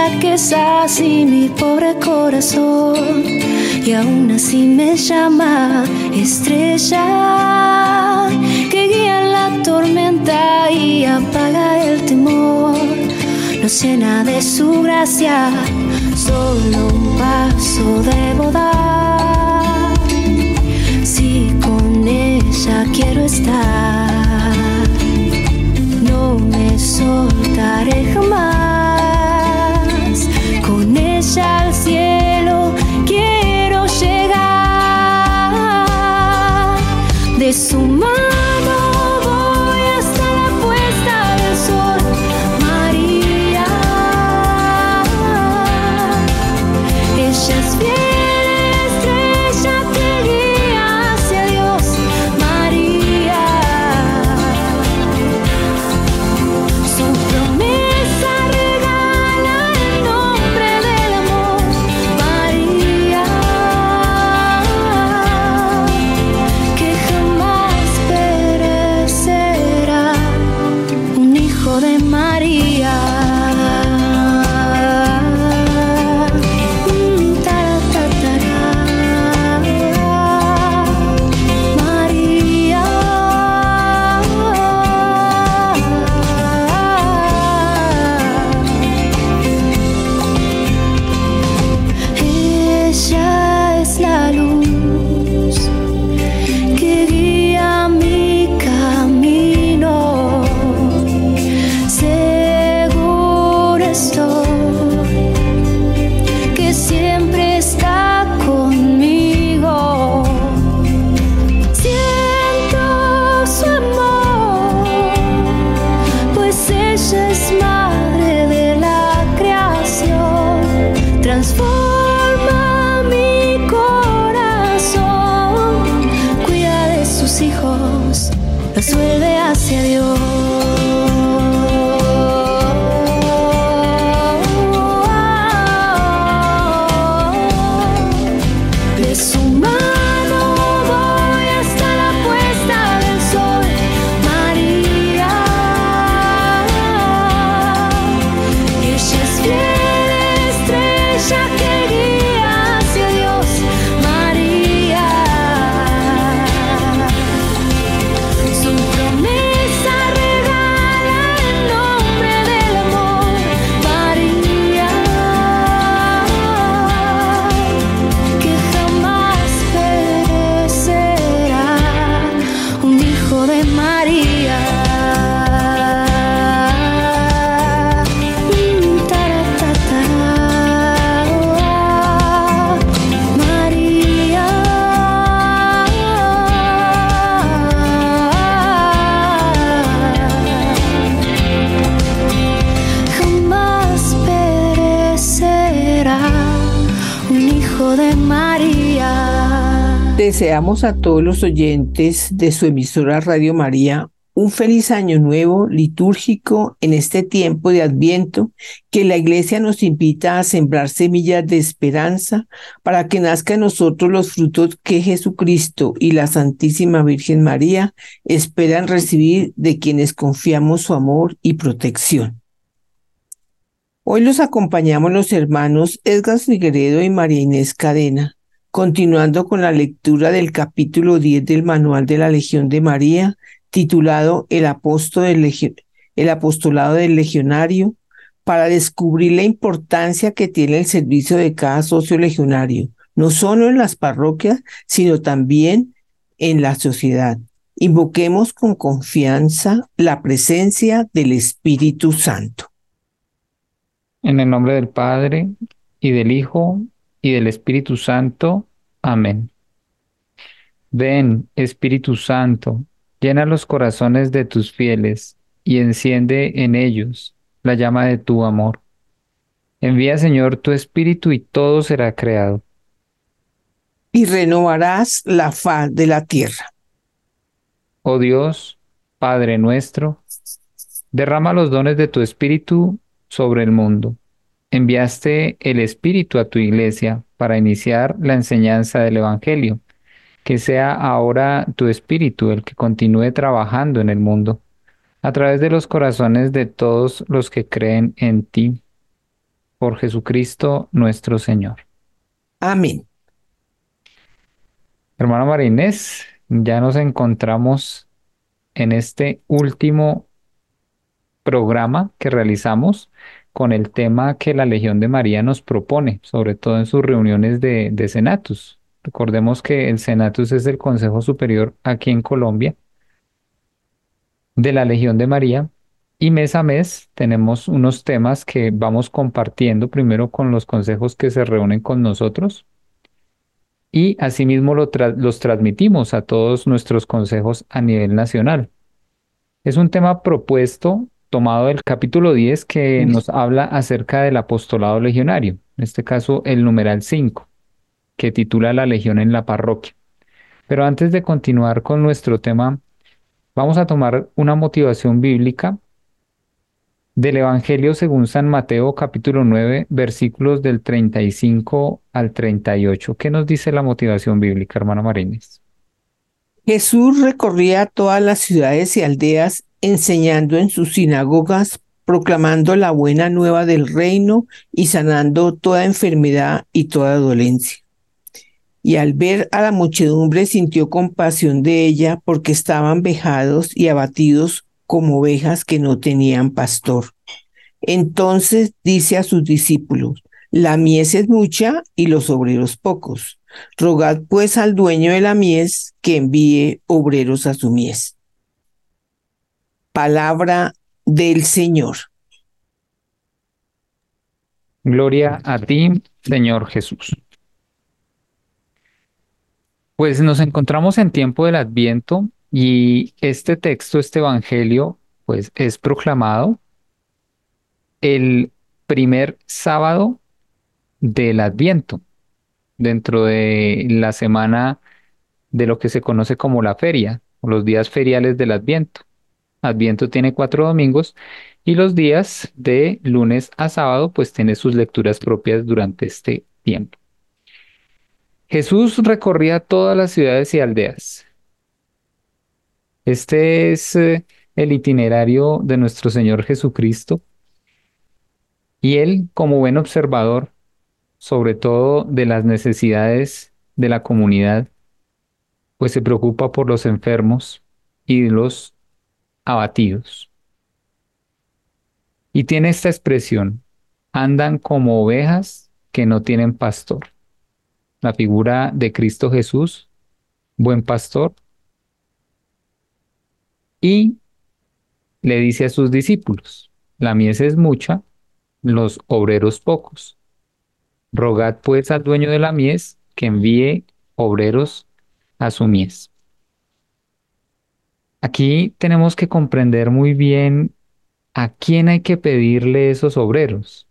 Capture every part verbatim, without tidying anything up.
que sacie mi pobre corazón, y aún así me llama estrella que guía la tormenta y apaga el temor. Nos llena de su gracia, solo un paso debo dar. Si con ella quiero estar, no me soltaré jamás. Con ella al cielo quiero llegar. De su mano voy hasta la puesta del sol. María, ella es fiel estrella que guía hacia Dios. María, su promesa regala el nombre del amor. María, que jamás perecerá, un hijo de María. Mm, taratatara. María, ella es la luz que guía mi camino. Seguro estoy que siempre está conmigo. Siento su amor, pues ella es madre de la creación. Transforma mi corazón, cuida de sus hijos, los vuelve hacia Dios. De su mano voy hasta la puesta del sol. María, ella es fiel estrella que guía hacia Dios. María, su promesa regala el nombre del amor. María, que jamás perecerá, un hijo de María. Mm, taratatara. María, jamás perecerá, un hijo de María. Deseamos a todos los oyentes de su emisora Radio María un feliz año nuevo litúrgico en este tiempo de Adviento, que la Iglesia nos invita a sembrar semillas de esperanza para que nazca en nosotros los frutos que Jesucristo y la Santísima Virgen María esperan recibir de quienes confiamos su amor y protección. Hoy los acompañamos los hermanos Edgar Figueredo y María Inés Cadena, continuando con la lectura del capítulo diez del Manual de la Legión de María, titulado El, Apóstol del Legio- El Apostolado del Legionario, para descubrir la importancia que tiene el servicio de cada socio legionario, no solo en las parroquias, sino también en la sociedad. Invoquemos con confianza la presencia del Espíritu Santo. En el nombre del Padre, y del Hijo, y del Espíritu Santo. Amén. Ven, Espíritu Santo, llena los corazones de tus fieles, y enciende en ellos la llama de tu amor. Envía, Señor, tu Espíritu, y todo será creado. Y renovarás la faz de la tierra. Oh Dios, Padre nuestro, derrama los dones de tu Espíritu sobre el mundo. Enviaste el Espíritu a tu Iglesia para iniciar la enseñanza del Evangelio. Que sea ahora tu Espíritu el que continúe trabajando en el mundo, a través de los corazones de todos los que creen en ti. por Jesucristo nuestro Señor. Amén. Hermana María Inés, ya nos encontramos en este último programa que realizamos con el tema que la Legión de María nos propone, sobre todo en sus reuniones de, de Senatus. Recordemos que el Senatus es el Consejo Superior aquí en Colombia de la Legión de María, y mes a mes tenemos unos temas que vamos compartiendo primero con los consejos que se reúnen con nosotros, y asimismo lo tra- los transmitimos a todos nuestros consejos a nivel nacional. Es un tema propuesto, tomado del capítulo diez, que nos habla acerca del apostolado legionario, en este caso el numeral cinco, que titula La Legión en la Parroquia. Pero antes de continuar con nuestro tema, vamos a tomar una motivación bíblica del Evangelio según San Mateo, capítulo nueve, versículos del treinta y cinco al treinta y ocho. ¿Qué nos dice la motivación bíblica, hermano Marínez? Jesús recorría todas las ciudades y aldeas, enseñando en sus sinagogas, proclamando la buena nueva del reino y sanando toda enfermedad y toda dolencia. Y al ver a la muchedumbre sintió compasión de ella, porque estaban vejados y abatidos como ovejas que no tenían pastor. Entonces dice a sus discípulos: la mies es mucha y los obreros pocos. Rogad pues al dueño de la mies que envíe obreros a su mies. Palabra del Señor. Gloria a ti, Señor Jesús. Pues nos encontramos en tiempo del Adviento y este texto, este Evangelio, pues es proclamado el primer sábado del Adviento, dentro de la semana de lo que se conoce como la feria, o los días feriales del Adviento. Adviento tiene cuatro domingos y los días de lunes a sábado pues tiene sus lecturas propias durante este tiempo. Jesús recorría todas las ciudades y aldeas. Este es eh, el itinerario de nuestro Señor Jesucristo, y él, como buen observador, sobre todo de las necesidades de la comunidad, pues se preocupa por los enfermos y los abatidos. Y tiene esta expresión: andan como ovejas que no tienen pastor. La figura de Cristo Jesús, buen pastor, y le dice a sus discípulos: la mies es mucha, los obreros pocos. Rogad pues al dueño de la mies que envíe obreros a su mies. Aquí tenemos que comprender muy bien a quién hay que pedirle esos obreros,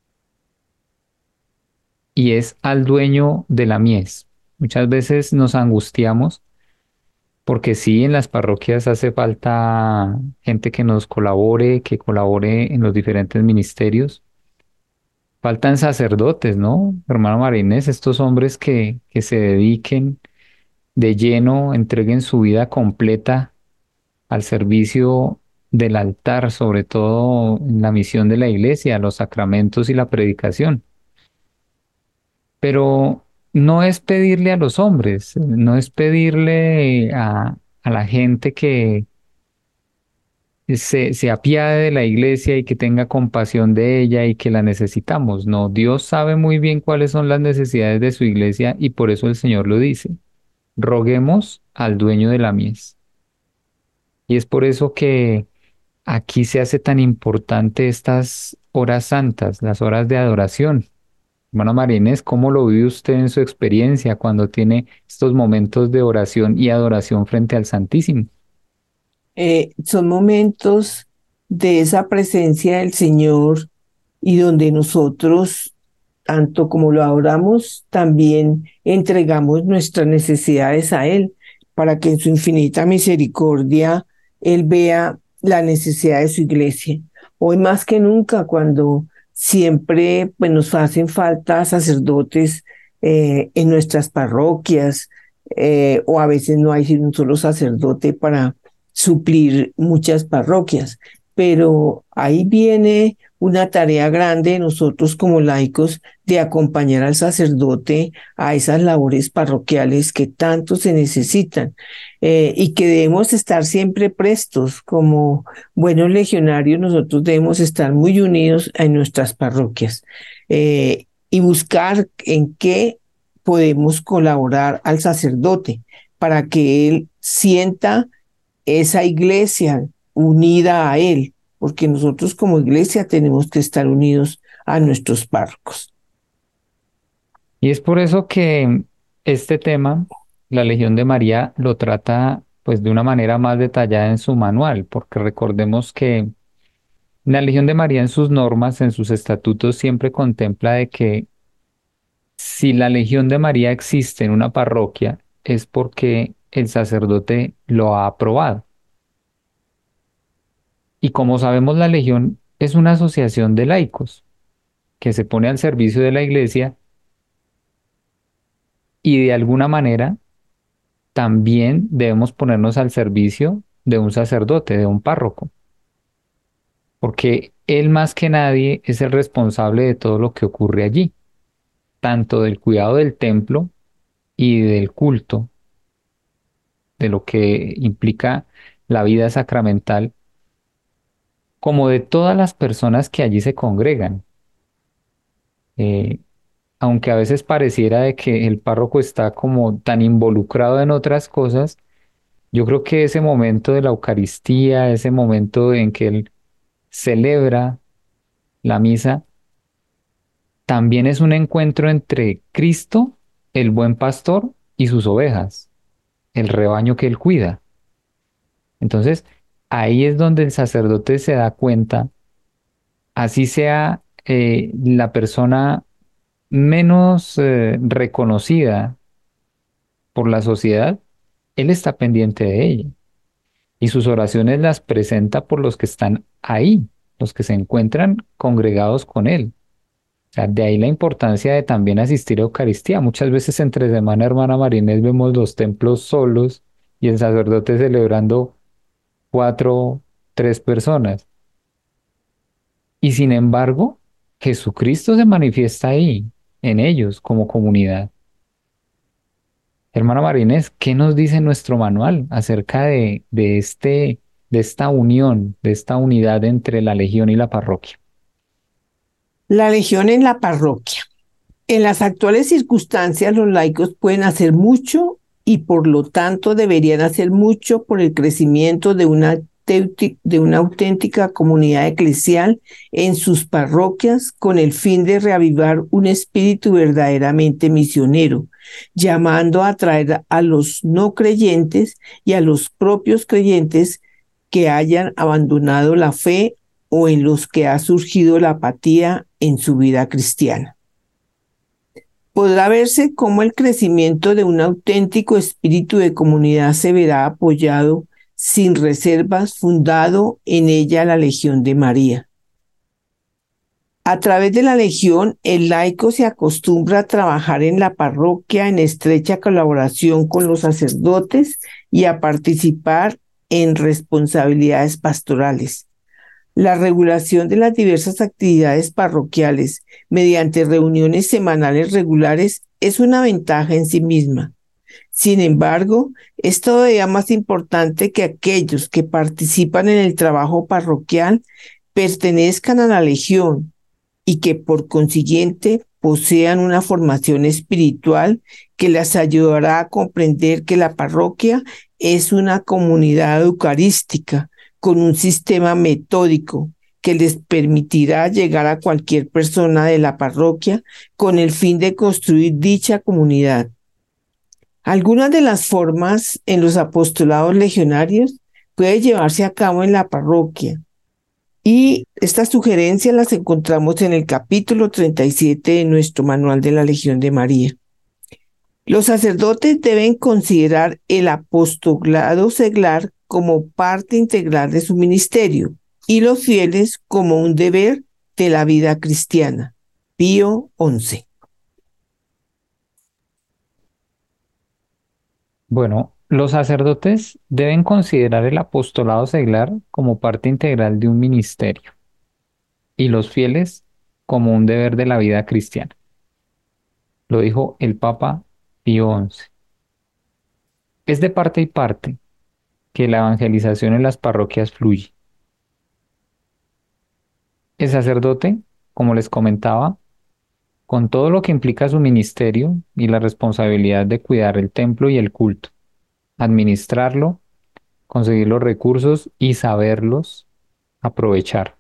y es al dueño de la mies. Muchas veces nos angustiamos porque sí, en las parroquias hace falta gente que nos colabore, que colabore en los diferentes ministerios. Faltan sacerdotes, ¿no? Hermano Marinés, estos hombres que, que se dediquen de lleno, entreguen su vida completa al servicio del altar, sobre todo en la misión de la iglesia, los sacramentos y la predicación. Pero no es pedirle a los hombres, no es pedirle a, a la gente que se, se apiade de la iglesia y que tenga compasión de ella y que la necesitamos. No, Dios sabe muy bien cuáles son las necesidades de su iglesia, y por eso el Señor lo dice: roguemos al dueño de la mies. Y es por eso que aquí se hace tan importante estas horas santas, las horas de adoración. Hermano Marínez, ¿cómo lo vive usted en su experiencia cuando tiene estos momentos de oración y adoración frente al Santísimo? Eh, son momentos de esa presencia del Señor y donde nosotros, tanto como lo adoramos, también entregamos nuestras necesidades a Él, para que en su infinita misericordia Él vea la necesidad de su iglesia. Hoy más que nunca, cuando siempre pues, nos hacen falta sacerdotes eh, en nuestras parroquias, eh, o a veces no hay un solo sacerdote para suplir muchas parroquias, pero ahí viene una tarea grande de nosotros como laicos de acompañar al sacerdote a esas labores parroquiales que tanto se necesitan, eh, y que debemos estar siempre prestos. Como buenos legionarios, nosotros debemos estar muy unidos en nuestras parroquias, eh, y buscar en qué podemos colaborar al sacerdote para que él sienta esa iglesia unida a él, porque nosotros como iglesia tenemos que estar unidos a nuestros párrocos. Y es por eso que este tema, la Legión de María, lo trata pues de una manera más detallada en su manual, porque recordemos que la Legión de María en sus normas, en sus estatutos, siempre contempla de que si la Legión de María existe en una parroquia, es porque el sacerdote lo ha aprobado. Y como sabemos, la Legión es una asociación de laicos que se pone al servicio de la iglesia y de alguna manera también debemos ponernos al servicio de un sacerdote, de un párroco, porque él más que nadie es el responsable de todo lo que ocurre allí, tanto del cuidado del templo y del culto, de lo que implica la vida sacramental, como de todas las personas que allí se congregan. Eh, Aunque a veces pareciera de que el párroco está como tan involucrado en otras cosas, yo creo que ese momento de la Eucaristía, ese momento en que él celebra la misa, también es un encuentro entre Cristo, el buen pastor, y sus ovejas, el rebaño que él cuida. Entonces, ahí es donde el sacerdote se da cuenta, así sea eh, la persona menos eh, reconocida por la sociedad, él está pendiente de ella y sus oraciones las presenta por los que están ahí, los que se encuentran congregados con él. O sea, de ahí la importancia de también asistir a Eucaristía. Muchas veces entre semana, hermana Marinés, vemos los templos solos y el sacerdote celebrando cuatro, tres personas. Y sin embargo, Jesucristo se manifiesta ahí, en ellos, como comunidad. Hermana Marinés, ¿qué nos dice nuestro manual acerca de, de, este, de esta unión, de esta unidad entre la Legión y la parroquia? La Legión en la parroquia. En las actuales circunstancias, los laicos pueden hacer mucho y por lo tanto deberían hacer mucho por el crecimiento de una, de una auténtica comunidad eclesial en sus parroquias con el fin de reavivar un espíritu verdaderamente misionero, llamando a atraer a los no creyentes y a los propios creyentes que hayan abandonado la fe o en los que ha surgido la apatía en su vida cristiana. Podrá verse cómo el crecimiento de un auténtico espíritu de comunidad se verá apoyado sin reservas, fundado en ella la Legión de María. A través de la Legión, el laico se acostumbra a trabajar en la parroquia en estrecha colaboración con los sacerdotes y a participar en responsabilidades pastorales. La regulación de las diversas actividades parroquiales mediante reuniones semanales regulares es una ventaja en sí misma. Sin embargo, es todavía más importante que aquellos que participan en el trabajo parroquial pertenezcan a la Legión y que por consiguiente posean una formación espiritual que les ayudará a comprender que la parroquia es una comunidad eucarística con un sistema metódico que les permitirá llegar a cualquier persona de la parroquia con el fin de construir dicha comunidad. Algunas de las formas en los apostolados legionarios pueden llevarse a cabo en la parroquia, y estas sugerencias las encontramos en el capítulo treinta y siete de nuestro Manual de la Legión de María. Los sacerdotes deben considerar el apostolado seglar como parte integral de su ministerio y los fieles como un deber de la vida cristiana. Pío once. Bueno, los sacerdotes deben considerar el apostolado seglar como parte integral de un ministerio. y los fieles como un deber de la vida cristiana. Lo dijo el Papa Pío once. Es de parte y parte que la evangelización en las parroquias fluye. El sacerdote, como les comentaba, con todo lo que implica su ministerio y la responsabilidad de cuidar el templo y el culto, administrarlo, conseguir los recursos y saberlos aprovechar.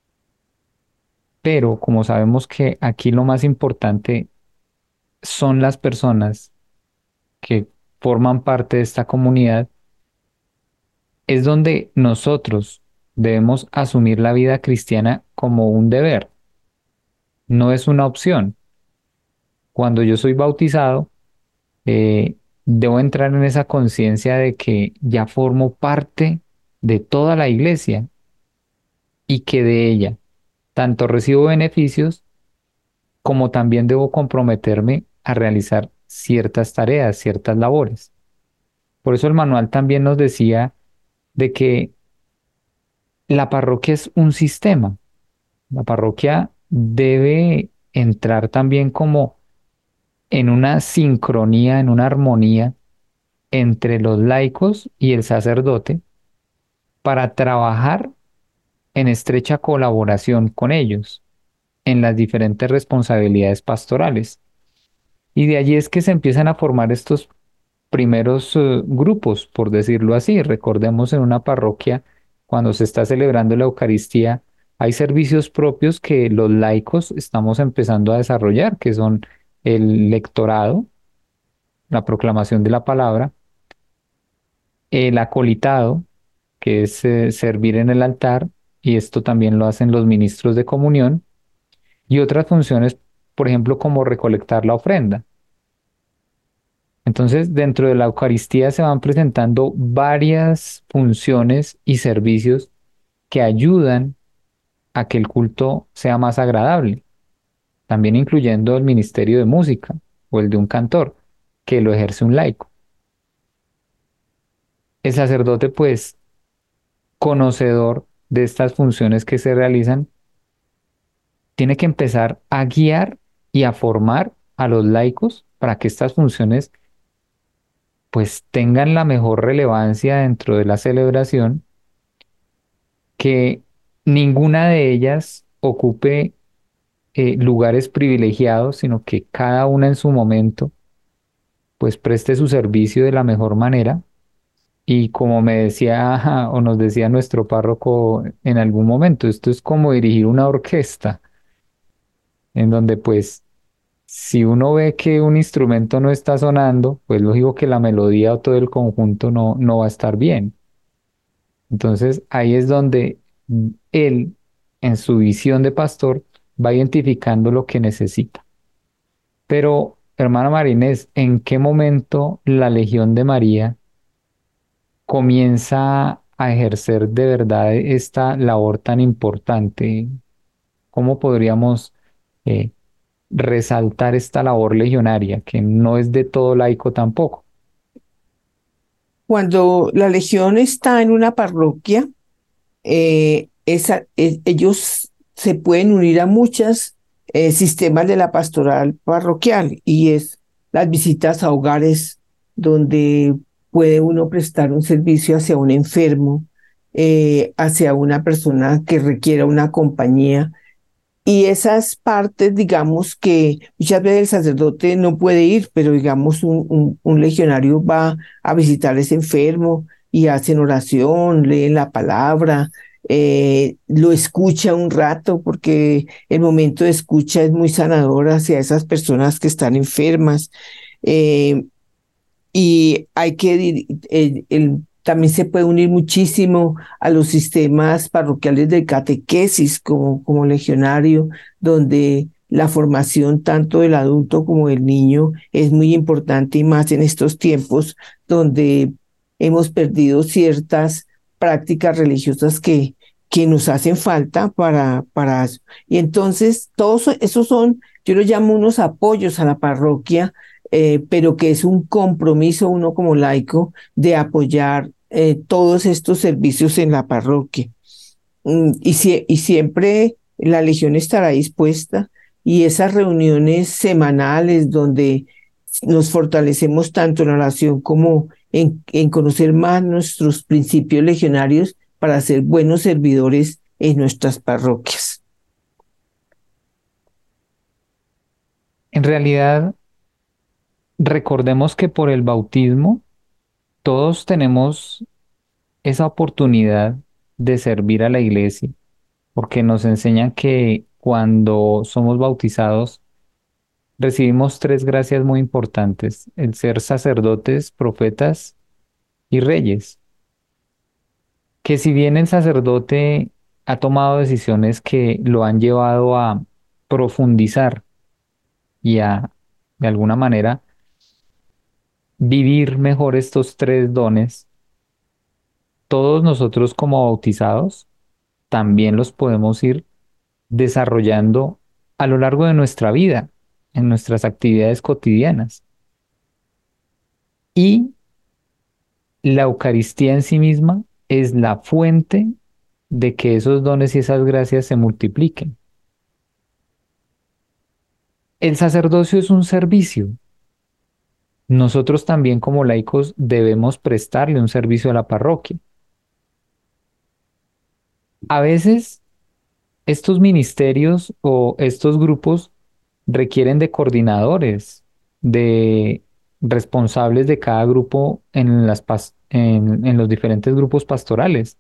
Pero como sabemos que aquí lo más importante son las personas que forman parte de esta comunidad, es donde nosotros debemos asumir la vida cristiana como un deber, no es una opción. Cuando yo soy bautizado, eh, debo entrar en esa conciencia de que ya formo parte de toda la iglesia y que de ella tanto recibo beneficios como también debo comprometerme a realizar ciertas tareas, ciertas labores. Por eso el manual también nos decía de que la parroquia es un sistema. La parroquia debe entrar también como en una sincronía, en una armonía entre los laicos y el sacerdote para trabajar en estrecha colaboración con ellos en las diferentes responsabilidades pastorales. Y de allí es que se empiezan a formar estos primeros eh, grupos, por decirlo así. Recordemos en una parroquia, cuando se está celebrando la Eucaristía, hay servicios propios que los laicos estamos empezando a desarrollar, que son el lectorado, la proclamación de la palabra, el acolitado, que es eh, servir en el altar, y esto también lo hacen los ministros de comunión, y otras funciones, por ejemplo, como recolectar la ofrenda. Entonces, dentro de la Eucaristía se van presentando varias funciones y servicios que ayudan a que el culto sea más agradable, también incluyendo el ministerio de música o el de un cantor, que lo ejerce un laico. El sacerdote, pues, conocedor de estas funciones que se realizan, tiene que empezar a guiar y a formar a los laicos para que estas funciones pues tengan la mejor relevancia dentro de la celebración, que ninguna de ellas ocupe eh, lugares privilegiados, sino que cada una en su momento pues preste su servicio de la mejor manera. Y como me decía o nos decía nuestro párroco en algún momento, esto es como dirigir una orquesta, en donde pues si uno ve que un instrumento no está sonando, pues lógico que la melodía o todo el conjunto no, no va a estar bien. Entonces ahí es donde él, en su visión de pastor, va identificando lo que necesita. Pero, hermana Marinés, ¿en qué momento la Legión de María comienza a ejercer de verdad esta labor tan importante? ¿Cómo podríamos eh, resaltar esta labor legionaria, que no es de todo laico tampoco? Cuando la legión está en una parroquia, eh, esa, eh, ellos se pueden unir a muchos eh, sistemas de la pastoral parroquial y es las visitas a hogares donde puede uno prestar un servicio hacia un enfermo, eh, hacia una persona que requiera una compañía. Y esas partes, digamos que muchas veces el sacerdote no puede ir, pero digamos un, un, un legionario va a visitar a ese enfermo y hacen oración, leen la palabra, eh, lo escucha un rato, porque el momento de escucha es muy sanador hacia esas personas que están enfermas. Eh, y hay que, el, el, también se puede unir muchísimo a los sistemas parroquiales de catequesis como, como legionario, donde la formación tanto del adulto como del niño es muy importante y más en estos tiempos donde hemos perdido ciertas prácticas religiosas que, que nos hacen falta para, para eso. Y entonces todos esos son, yo los llamo unos apoyos a la parroquia, eh, pero que es un compromiso uno como laico de apoyar eh, todos estos servicios en la parroquia. Mm, y, si, y siempre la Legión estará dispuesta y esas reuniones semanales donde nos fortalecemos tanto en oración como en, en conocer más nuestros principios legionarios para ser buenos servidores en nuestras parroquias. En realidad, recordemos que por el bautismo todos tenemos esa oportunidad de servir a la iglesia, porque nos enseñan que cuando somos bautizados recibimos tres gracias muy importantes: el ser sacerdotes, profetas y reyes. Que si bien el sacerdote ha tomado decisiones que lo han llevado a profundizar y a, de alguna manera, vivir mejor estos tres dones, todos nosotros como bautizados también los podemos ir desarrollando a lo largo de nuestra vida, en nuestras actividades cotidianas. Y la Eucaristía en sí misma es la fuente de que esos dones y esas gracias se multipliquen. El sacerdocio es un servicio. Nosotros también como laicos debemos prestarle un servicio a la parroquia. A veces estos ministerios o estos grupos requieren de coordinadores, de responsables de cada grupo en, las pas- en, en los diferentes grupos pastorales.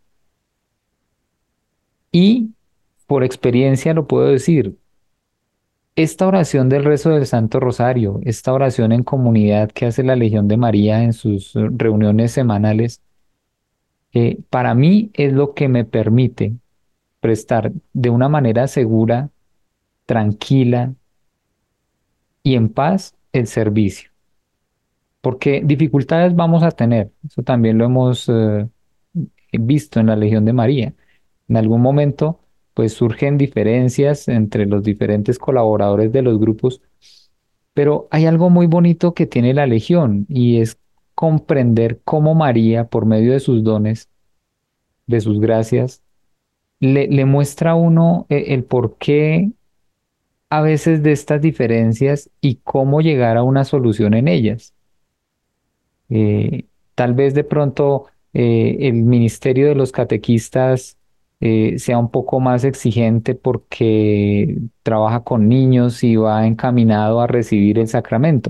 Y por experiencia lo puedo decir, esta oración del rezo del Santo Rosario, esta oración en comunidad que hace la Legión de María en sus eh, reuniones semanales, eh, para mí es lo que me permite prestar de una manera segura, tranquila y en paz el servicio. Porque dificultades vamos a tener, eso también lo hemos eh, visto en la Legión de María. En algún momento, pues surgen diferencias entre los diferentes colaboradores de los grupos, pero hay algo muy bonito que tiene la Legión y es comprender cómo María, por medio de sus dones, de sus gracias, le, le muestra a uno eh, el porqué a veces de estas diferencias y cómo llegar a una solución en ellas. Eh, Tal vez de pronto eh, el ministerio de los catequistas eh, sea un poco más exigente porque trabaja con niños y va encaminado a recibir el sacramento,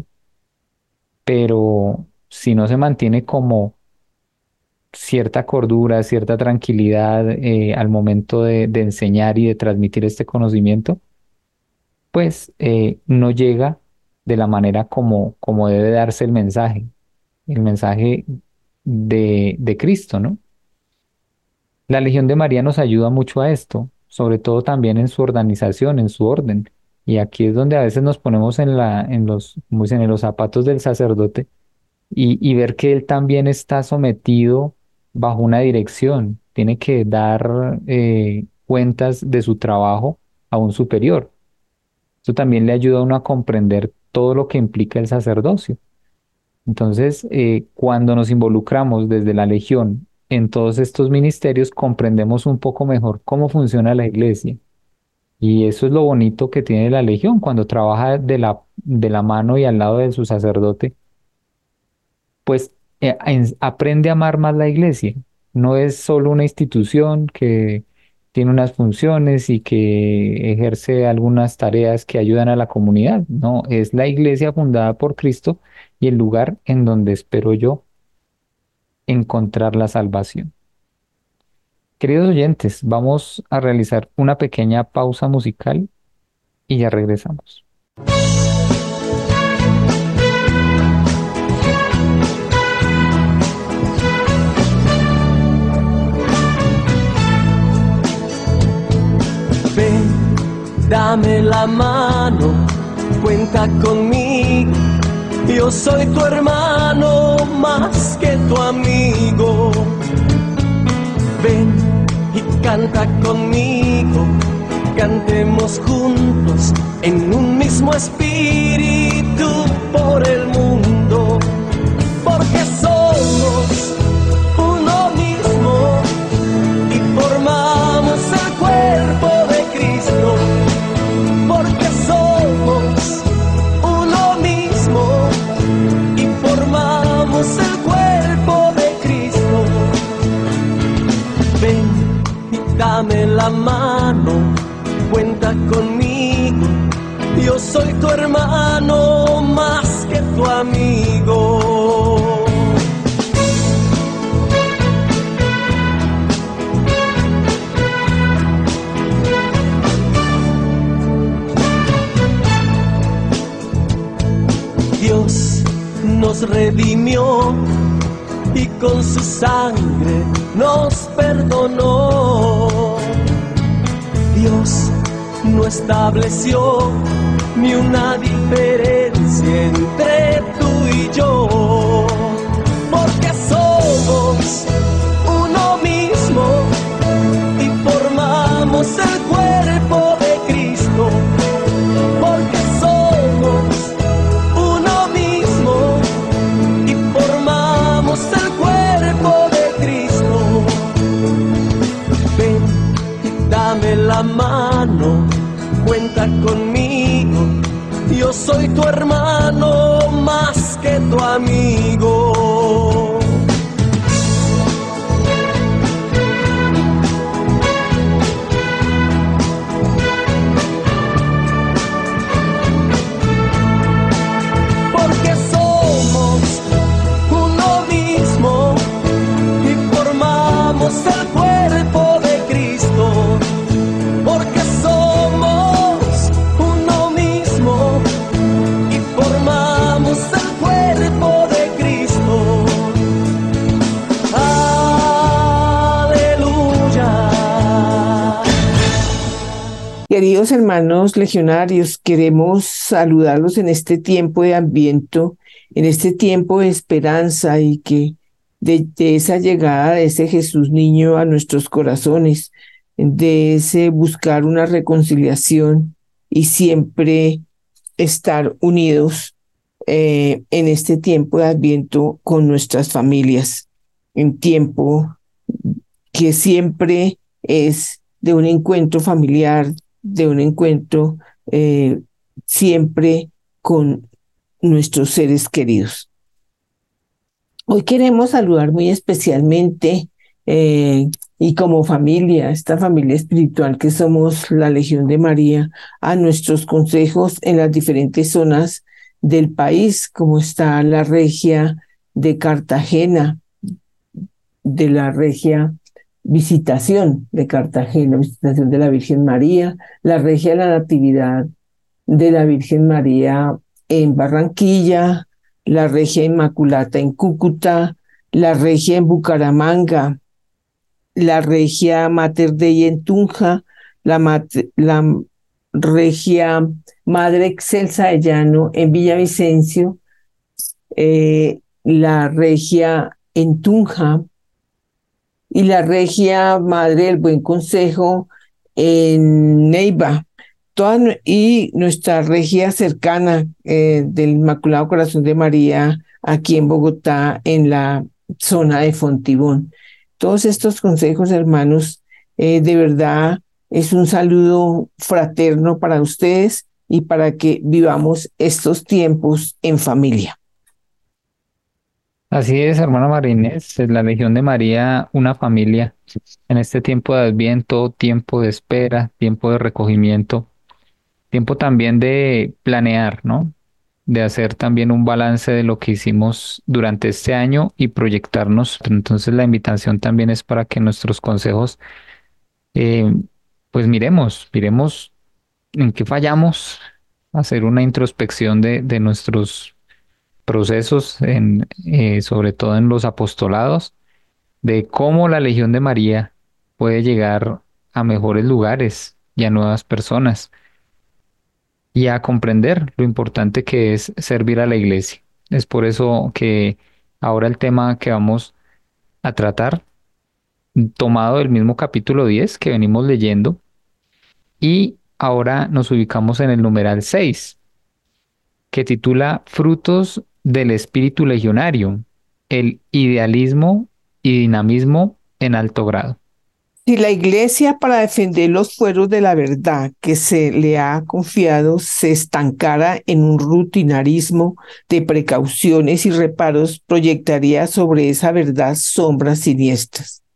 pero si no se mantiene como cierta cordura, cierta tranquilidad eh, al momento de, de enseñar y de transmitir este conocimiento, pues eh, no llega de la manera como, como debe darse el mensaje, el mensaje de, de Cristo, ¿no? La Legión de María nos ayuda mucho a esto, sobre todo también en su organización, en su orden. Y aquí es donde a veces nos ponemos en la, en los, como dicen, en los zapatos del sacerdote y, y ver que él también está sometido bajo una dirección, tiene que dar eh, cuentas de su trabajo a un superior. Eso también le ayuda a uno a comprender todo lo que implica el sacerdocio. Entonces, eh, cuando nos involucramos desde la Legión en todos estos ministerios, comprendemos un poco mejor cómo funciona la iglesia. Y eso es lo bonito que tiene la Legión, cuando trabaja de la, de la mano y al lado de su sacerdote, pues eh, en- aprende a amar más la iglesia. No es solo una institución que tiene unas funciones y que ejerce algunas tareas que ayudan a la comunidad. No, es la iglesia fundada por Cristo y el lugar en donde espero yo encontrar la salvación. Queridos oyentes, vamos a realizar una pequeña pausa musical y ya regresamos. Ven, dame la mano, cuenta conmigo. Yo soy tu hermano más que tu amigo. Ven y canta conmigo, cantemos juntos en un mismo espíritu por el mundo, porque somos uno mismo y formamos el cuerpo de Cristo. dame la mano, cuenta conmigo. Yo soy tu hermano más que tu amigo. Dios nos redimió y con su sangre nos perdonó. Dios no estableció ni una diferencia entre tú y yo, porque somos uno mismo y formamos el cuerpo de Cristo, porque somos uno mismo y formamos el cuerpo de Cristo. Ven y dame la mano, cuenta conmigo, yo soy tu hermano más que tu amigo. Porque somos uno mismo y formamos el cuerpo de Cristo. Porque somos uno mismo y formamos el cuerpo de Cristo. Aleluya. Queridos hermanos legionarios, queremos saludarlos en este tiempo de Adviento, en este tiempo de esperanza y que de, de esa llegada de ese Jesús niño a nuestros corazones, de ese buscar una reconciliación y siempre estar unidos eh, en este tiempo de Adviento con nuestras familias, en tiempo que siempre es de un encuentro familiar, de un encuentro eh, siempre con nuestros seres queridos. Hoy queremos saludar muy especialmente eh, y como familia, esta familia espiritual que somos la Legión de María, a nuestros consejos en las diferentes zonas del país, como está la regia de Cartagena, de la regia Visitación de Cartagena, Visitación de la Virgen María, la regia de la Natividad de la Virgen María en Barranquilla, la regia Inmaculata en Cúcuta, la regia en Bucaramanga, la regia Mater Dei en Tunja, la, mat- la regia Madre Excelsa de Llano en Villavicencio, eh, la regia en Tunja y la regia Madre del Buen Consejo en Neiva. Toda, y nuestra regia cercana eh, del Inmaculado Corazón de María aquí en Bogotá, en la zona de Fontibón. Todos estos consejos, hermanos, eh, de verdad es un saludo fraterno para ustedes y para que vivamos estos tiempos en familia. Así es, hermana Marinés, es la Legión de María, una familia en este tiempo de Adviento, tiempo de espera, tiempo de recogimiento, tiempo también de planear, ¿no? De hacer también un balance de lo que hicimos durante este año y proyectarnos. Entonces la invitación también es para que nuestros consejos, eh, pues miremos, miremos en qué fallamos, hacer una introspección de, de nuestros procesos, en, eh, sobre todo en los apostolados, de cómo la Legión de María puede llegar a mejores lugares y a nuevas personas y a comprender lo importante que es servir a la iglesia. Es por eso que ahora el tema que vamos a tratar, tomado del mismo capítulo diez que venimos leyendo, y ahora nos ubicamos en el numeral seis, que titula Frutos del Espíritu Legionario, el idealismo y dinamismo en alto grado. Si la Iglesia, para defender los fueros de la verdad que se le ha confiado, se estancara en un rutinarismo de precauciones y reparos, proyectaría sobre esa verdad sombras siniestras.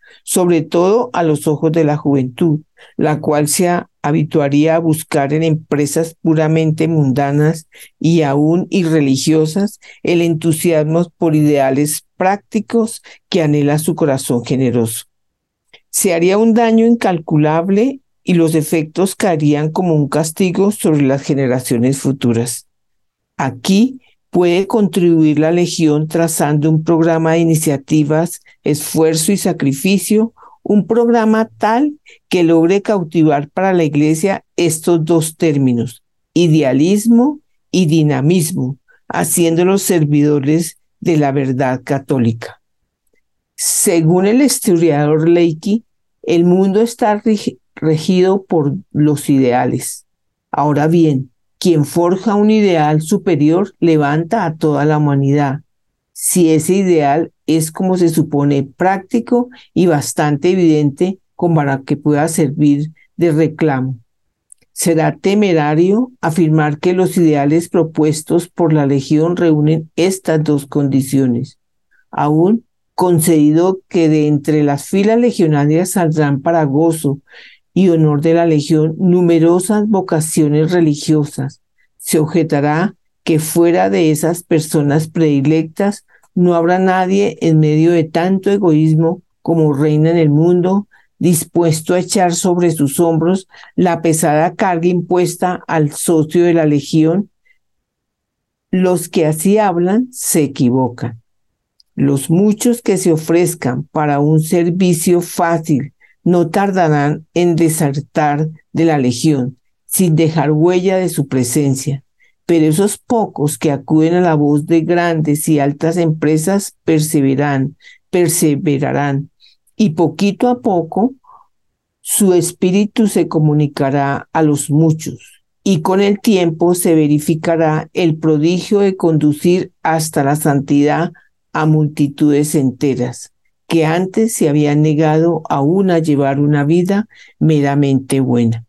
sobre todo a los ojos de la juventud, la cual se habituaría a buscar en empresas puramente mundanas y aún irreligiosas el entusiasmo por ideales prácticos que anhela su corazón generoso. Se haría un daño incalculable y los efectos caerían como un castigo sobre las generaciones futuras. Aquí puede contribuir la Legión trazando un programa de iniciativas, esfuerzo y sacrificio, un programa tal que logre cautivar para la Iglesia estos dos términos, idealismo y dinamismo, haciéndolos servidores de la verdad católica. Según el historiador Leakey, el mundo está regido por los ideales. Ahora bien, quien forja un ideal superior levanta a toda la humanidad. Si ese ideal es, como se supone, práctico y bastante evidente como para que pueda servir de reclamo. Será temerario afirmar que los ideales propuestos por la Legión reúnen estas dos condiciones. Aún concedido que de entre las filas legionarias saldrán para gozo y honor de la Legión numerosas vocaciones religiosas, se objetará que fuera de esas personas predilectas no habrá nadie en medio de tanto egoísmo como reina en el mundo, dispuesto a echar sobre sus hombros la pesada carga impuesta al socio de la Legión. Los que así hablan se equivocan. Los muchos que se ofrezcan para un servicio fácil no tardarán en desertar de la Legión, sin dejar huella de su presencia. Pero esos pocos que acuden a la voz de grandes y altas empresas perseverarán, perseverarán, y poquito a poco su espíritu se comunicará a los muchos, y con el tiempo se verificará el prodigio de conducir hasta la santidad a multitudes enteras, que antes se habían negado aún a llevar una vida meramente buena.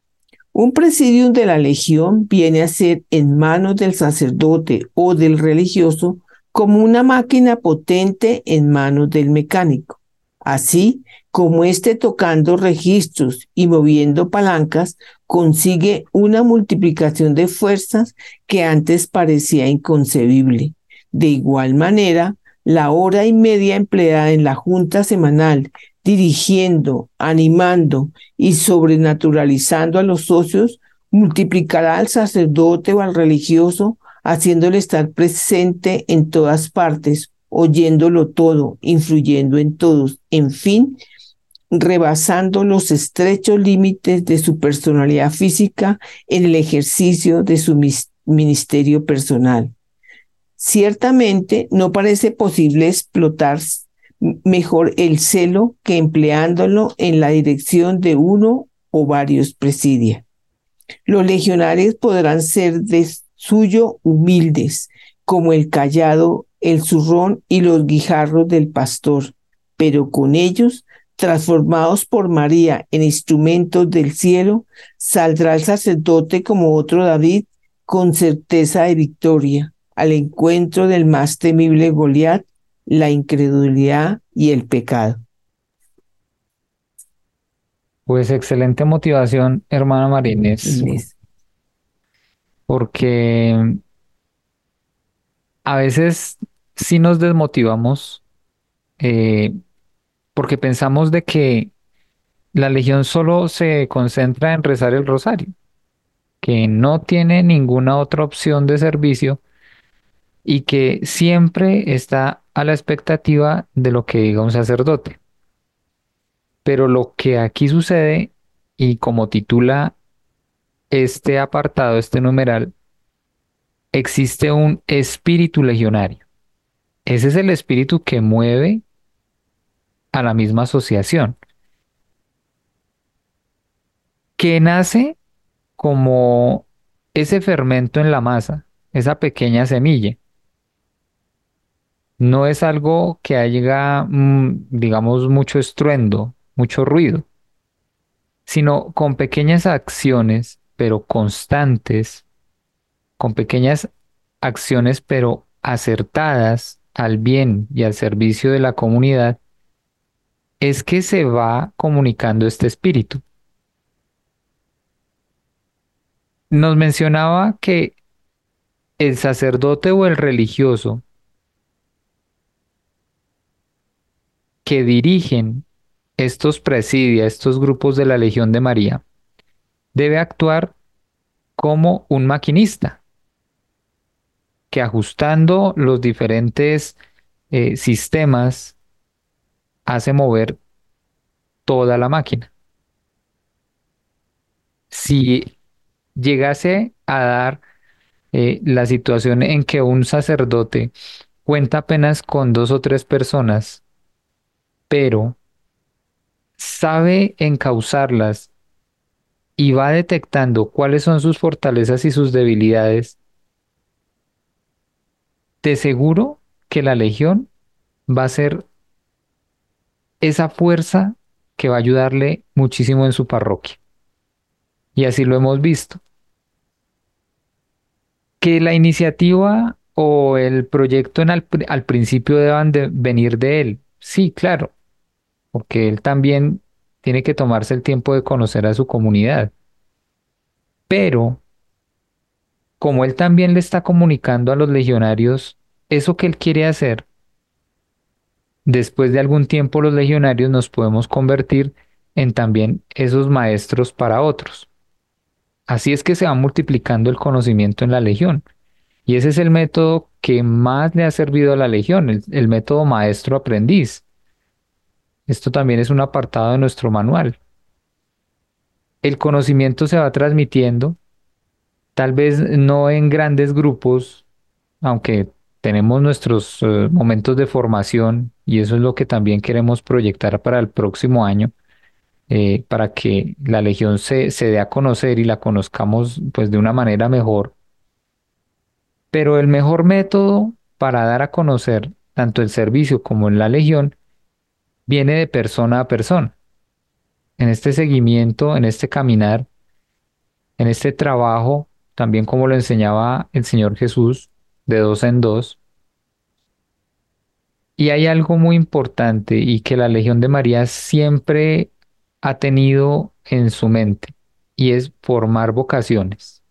Un presidium de la Legión viene a ser en manos del sacerdote o del religioso como una máquina potente en manos del mecánico. Así como éste, tocando registros y moviendo palancas, consigue una multiplicación de fuerzas que antes parecía inconcebible. De igual manera, la hora y media empleada en la junta semanal, dirigiendo, animando y sobrenaturalizando a los socios, multiplicará al sacerdote o al religioso, haciéndole estar presente en todas partes, oyéndolo todo, influyendo en todos, en fin, rebasando los estrechos límites de su personalidad física en el ejercicio de su ministerio personal. Ciertamente no parece posible explotar mejor el celo que empleándolo en la dirección de uno o varios presidia. Los legionarios podrán ser de suyo humildes, como el cayado, el zurrón y los guijarros del pastor, pero con ellos, transformados por María en instrumentos del cielo, saldrá el sacerdote como otro David, con certeza de victoria, al encuentro del más temible Goliat, la incredulidad y el pecado. Pues excelente motivación, hermana Marínez, Inés. porque a veces sí nos desmotivamos eh, porque pensamos de que la Legión solo se concentra en rezar el rosario, que no tiene ninguna otra opción de servicio y que siempre está a la expectativa de lo que diga un sacerdote. Pero lo que aquí sucede, y como titula este apartado, este numeral, existe un espíritu legionario. Ese es el espíritu que mueve a la misma asociación, que nace como ese fermento en la masa, esa pequeña semilla. No es algo que haya, mm, digamos, mucho estruendo, mucho ruido, sino con pequeñas acciones, pero constantes, con pequeñas acciones, pero acertadas al bien y al servicio de la comunidad, es que se va comunicando este espíritu. Nos mencionaba que el sacerdote o el religioso que dirigen estos presidia, estos grupos de la Legión de María, debe actuar como un maquinista, que ajustando los diferentes eh, sistemas hace mover toda la máquina. Si llegase a dar eh, la situación en que un sacerdote cuenta apenas con dos o tres personas, pero sabe encauzarlas y va detectando cuáles son sus fortalezas y sus debilidades, de seguro que la legión va a ser esa fuerza que va a ayudarle muchísimo en su parroquia. Y así lo hemos visto. Que la iniciativa o el proyecto en al, pri- al principio deban de venir de él. Sí, claro, porque él también tiene que tomarse el tiempo de conocer a su comunidad. Pero como él también le está comunicando a los legionarios eso que él quiere hacer, después de algún tiempo los legionarios nos podemos convertir en también esos maestros para otros. Así es que se va multiplicando el conocimiento en la legión. Y ese es el método que más le ha servido a la legión, el, el método maestro-aprendiz. Esto también es un apartado de nuestro manual. El conocimiento se va transmitiendo, tal vez no en grandes grupos, aunque tenemos nuestros eh, momentos de formación y eso es lo que también queremos proyectar para el próximo año, eh, para que la legión se, se dé a conocer y la conozcamos pues de una manera mejor. Pero el mejor método para dar a conocer tanto el servicio como en la legión viene de persona a persona. En este seguimiento, en este caminar, en este trabajo, también como lo enseñaba el Señor Jesús, de dos en dos. Y hay algo muy importante y que la Legión de María siempre ha tenido en su mente, y es formar vocaciones.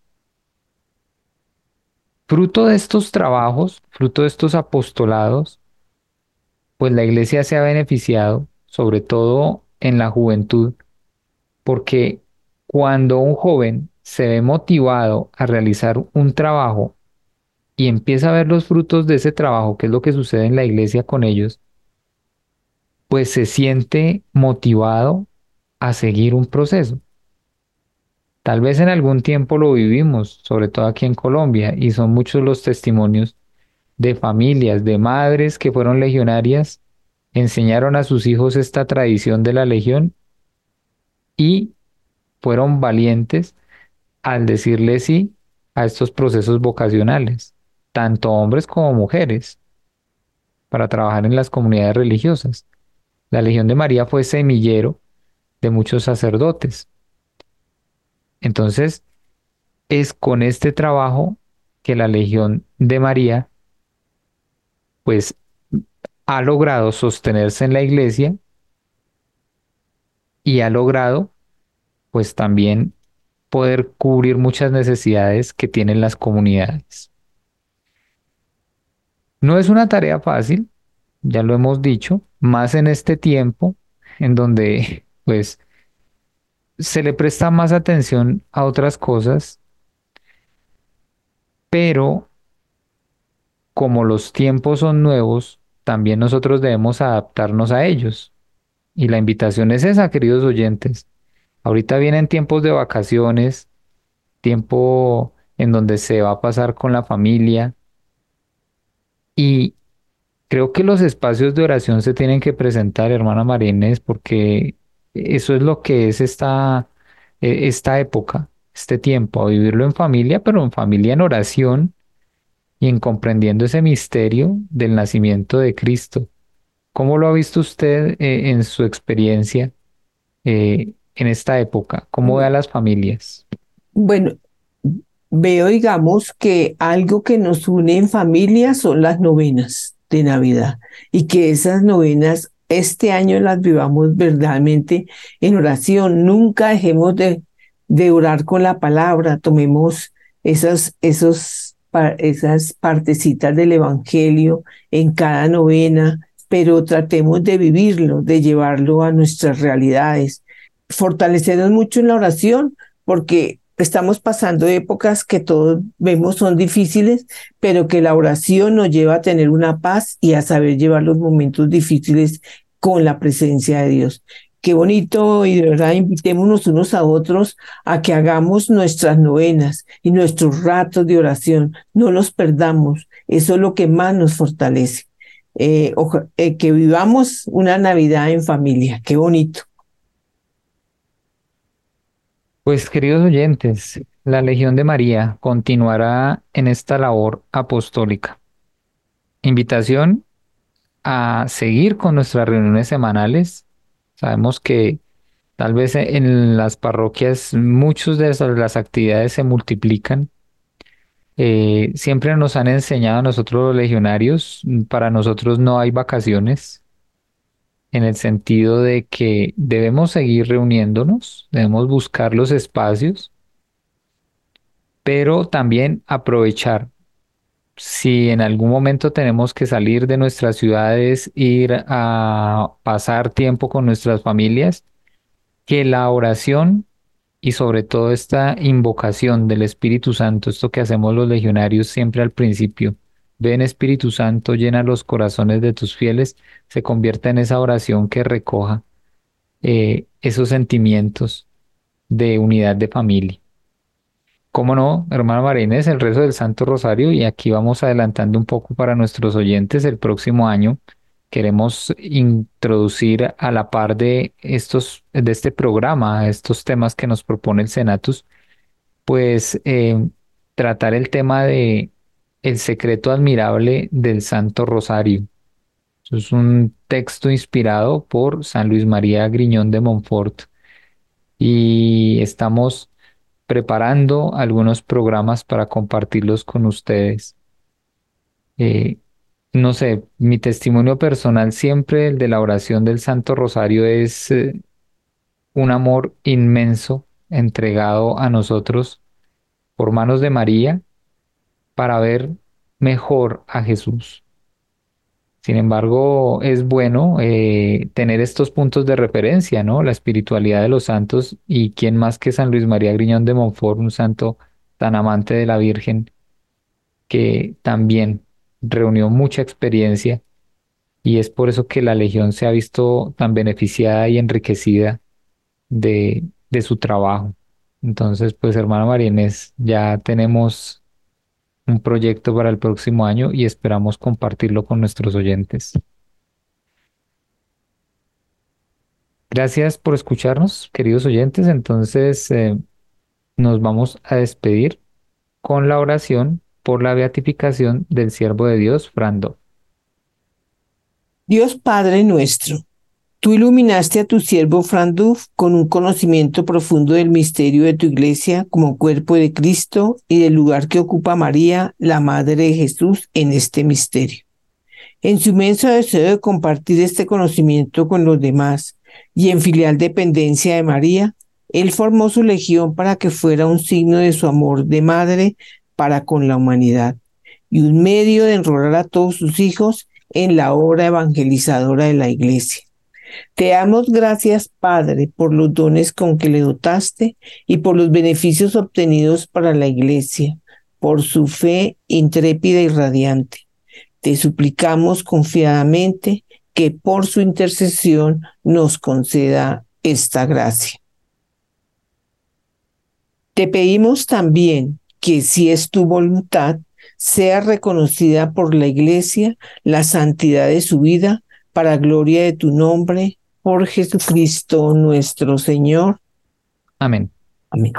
Fruto de estos trabajos, fruto de estos apostolados, pues la iglesia se ha beneficiado, sobre todo en la juventud, porque cuando un joven se ve motivado a realizar un trabajo y empieza a ver los frutos de ese trabajo, que es lo que sucede en la iglesia con ellos, pues se siente motivado a seguir un proceso. Tal vez en algún tiempo lo vivimos, sobre todo aquí en Colombia, y son muchos los testimonios de familias, de madres que fueron legionarias, enseñaron a sus hijos esta tradición de la legión y fueron valientes al decirle sí a estos procesos vocacionales, tanto hombres como mujeres, para trabajar en las comunidades religiosas. La Legión de María fue semillero de muchos sacerdotes. Entonces, es con este trabajo que la Legión de María, pues, ha logrado sostenerse en la iglesia y ha logrado, pues, también poder cubrir muchas necesidades que tienen las comunidades. No es una tarea fácil, ya lo hemos dicho, más en este tiempo en donde, pues, se le presta más atención a otras cosas, pero como los tiempos son nuevos, también nosotros debemos adaptarnos a ellos. Y la invitación es esa, queridos oyentes. Ahorita vienen tiempos de vacaciones, tiempo en donde se va a pasar con la familia y creo que los espacios de oración se tienen que presentar, hermana María Inés, porque eso es lo que es esta, eh, esta época, este tiempo, a vivirlo en familia, pero en familia en oración y en comprendiendo ese misterio del nacimiento de Cristo. ¿Cómo lo ha visto usted eh, en su experiencia eh, en esta época? ¿Cómo ve a las familias? Bueno, veo, digamos, que algo que nos une en familia son las novenas de Navidad y que esas novenas este año las vivamos verdaderamente en oración. Nunca dejemos de, de orar con la palabra. Tomemos esas, esos, pa- esas partecitas del Evangelio en cada novena, pero tratemos de vivirlo, de llevarlo a nuestras realidades. Fortalecernos mucho en la oración, porque estamos pasando épocas que todos vemos son difíciles, pero que la oración nos lleva a tener una paz y a saber llevar los momentos difíciles con la presencia de Dios. Qué bonito, y de verdad invitémonos unos a otros a que hagamos nuestras novenas y nuestros ratos de oración. No los perdamos. Eso es lo que más nos fortalece. Eh, oja- eh, que vivamos una Navidad en familia. Qué bonito. Pues queridos oyentes, la Legión de María continuará en esta labor apostólica. Invitación a seguir con nuestras reuniones semanales. Sabemos que tal vez en las parroquias muchas de esas- las actividades se multiplican. Eh, siempre nos han enseñado a nosotros los legionarios, mm, para nosotros no hay vacaciones, en el sentido de que debemos seguir reuniéndonos, debemos buscar los espacios, pero también aprovechar. Si en algún momento tenemos que salir de nuestras ciudades, ir a pasar tiempo con nuestras familias, que la oración y sobre todo esta invocación del Espíritu Santo, esto que hacemos los legionarios siempre al principio, ven Espíritu Santo, llena los corazones de tus fieles, se convierta en esa oración que recoja eh, esos sentimientos de unidad de familia. ¿Cómo no, hermana Marínez, el rezo del Santo Rosario? Y aquí vamos adelantando un poco para nuestros oyentes. El próximo año queremos introducir a la par de estos, de este programa, estos temas que nos propone el Senatus, pues eh, tratar el tema de el secreto admirable del Santo Rosario. Eso es un texto inspirado por San Luis María Griñón de Montfort y estamos preparando algunos programas para compartirlos con ustedes. Eh, no sé, mi testimonio personal siempre, el de la oración del Santo Rosario, es eh, un amor inmenso entregado a nosotros por manos de María para ver mejor a Jesús. Sin embargo, es bueno eh, tener estos puntos de referencia, ¿no? La espiritualidad de los santos y quién más que San Luis María Griñón de Montfort, un santo tan amante de la Virgen, que también reunió mucha experiencia y es por eso que la Legión se ha visto tan beneficiada y enriquecida de, de su trabajo. Entonces, pues hermana María Inés, ya tenemos un proyecto para el próximo año y esperamos compartirlo con nuestros oyentes. Gracias por escucharnos, queridos oyentes. Entonces, eh, nos vamos a despedir con la oración por la beatificación del siervo de Dios, Frando. Dios Padre nuestro, tú iluminaste a tu siervo Fran Duf con un conocimiento profundo del misterio de tu iglesia como cuerpo de Cristo y del lugar que ocupa María, la Madre de Jesús, en este misterio. En su inmenso deseo de compartir este conocimiento con los demás y en filial dependencia de María, él formó su legión para que fuera un signo de su amor de madre para con la humanidad y un medio de enrolar a todos sus hijos en la obra evangelizadora de la iglesia. Te damos gracias, Padre, por los dones con que le dotaste y por los beneficios obtenidos para la iglesia, por su fe intrépida y radiante. Te suplicamos confiadamente que por su intercesión nos conceda esta gracia. Te pedimos también que, si es tu voluntad, sea reconocida por la Iglesia la santidad de su vida para gloria de tu nombre, por Jesucristo nuestro Señor. Amén. Amén.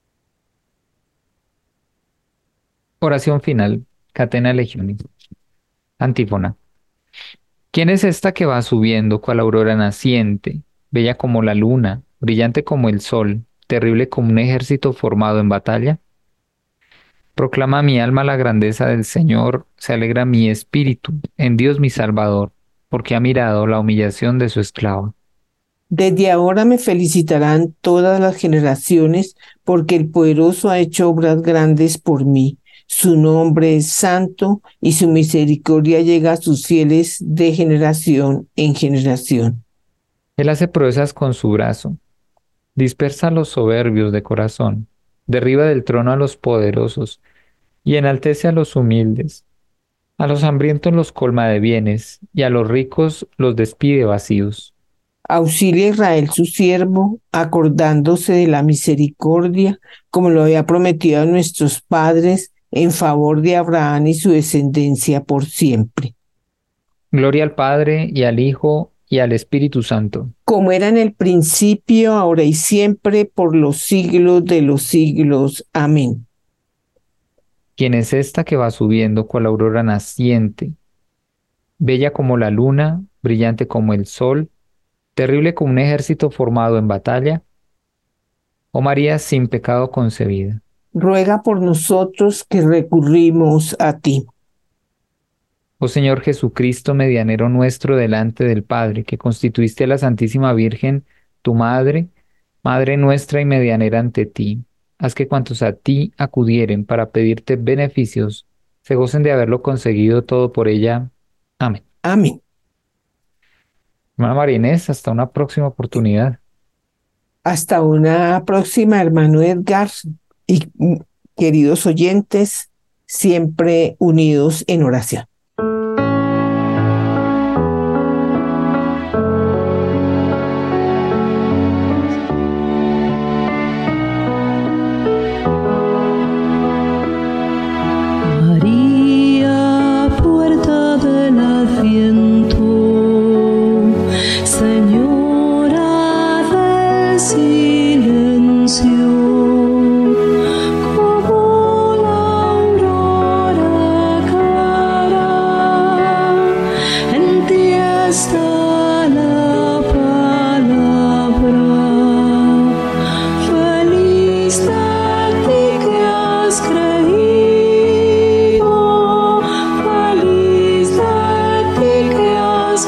Oración final. Catena Legionis. Antífona. ¿Quién es esta que va subiendo cual aurora naciente, bella como la luna, brillante como el sol, terrible como un ejército formado en batalla? Proclama mi alma la grandeza del Señor, se alegra mi espíritu en Dios mi Salvador, porque ha mirado la humillación de su esclava. Desde ahora me felicitarán todas las generaciones, porque el poderoso ha hecho obras grandes por mí. Su nombre es santo y su misericordia llega a sus fieles de generación en generación. Él hace proezas con su brazo, dispersa a los soberbios de corazón, derriba del trono a los poderosos y enaltece a los humildes. A los hambrientos los colma de bienes y a los ricos los despide vacíos. Auxilia a Israel su siervo, acordándose de la misericordia, como lo había prometido a nuestros padres, en favor de Abraham y su descendencia por siempre. Gloria al Padre y al Hijo y al Espíritu Santo. Como era en el principio, ahora y siempre, por los siglos de los siglos. Amén. ¿Quién es esta que va subiendo cual aurora naciente, bella como la luna, brillante como el sol, terrible como un ejército formado en batalla? Oh María sin pecado concebida. Ruega por nosotros que recurrimos a ti. Oh Señor Jesucristo, medianero nuestro delante del Padre, que constituiste a la Santísima Virgen, tu Madre, Madre nuestra y medianera ante ti. Haz que cuantos a ti acudieren para pedirte beneficios, se gocen de haberlo conseguido todo por ella. Amén. Amén. Hermana María Inés, hasta una próxima oportunidad. Hasta una próxima, hermano Edgar, y mm, queridos oyentes, siempre unidos en oración. María, puerta del Adviento, Señora del silencio, como la aurora clara, en ti está la palabra. Feliz de ti que has creído, feliz de ti que has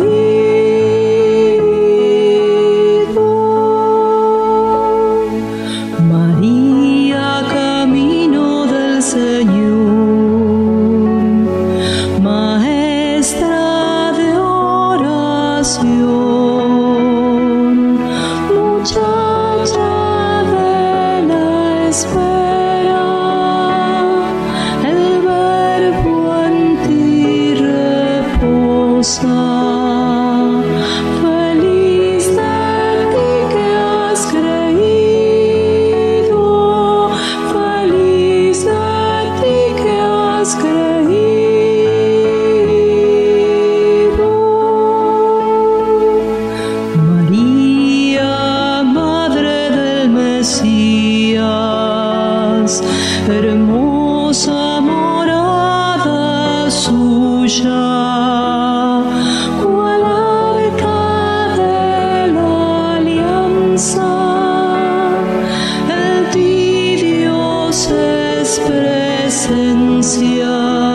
creído. María, camino del Señor, maestra de oración, muchacha de la espera, el verbo en ti reposa. Feliz de ti que has creído, feliz de ti que has creído. María, Madre del Mesías, hermosa morada suya, cual arca de la alianza, en ti Dios es presencia.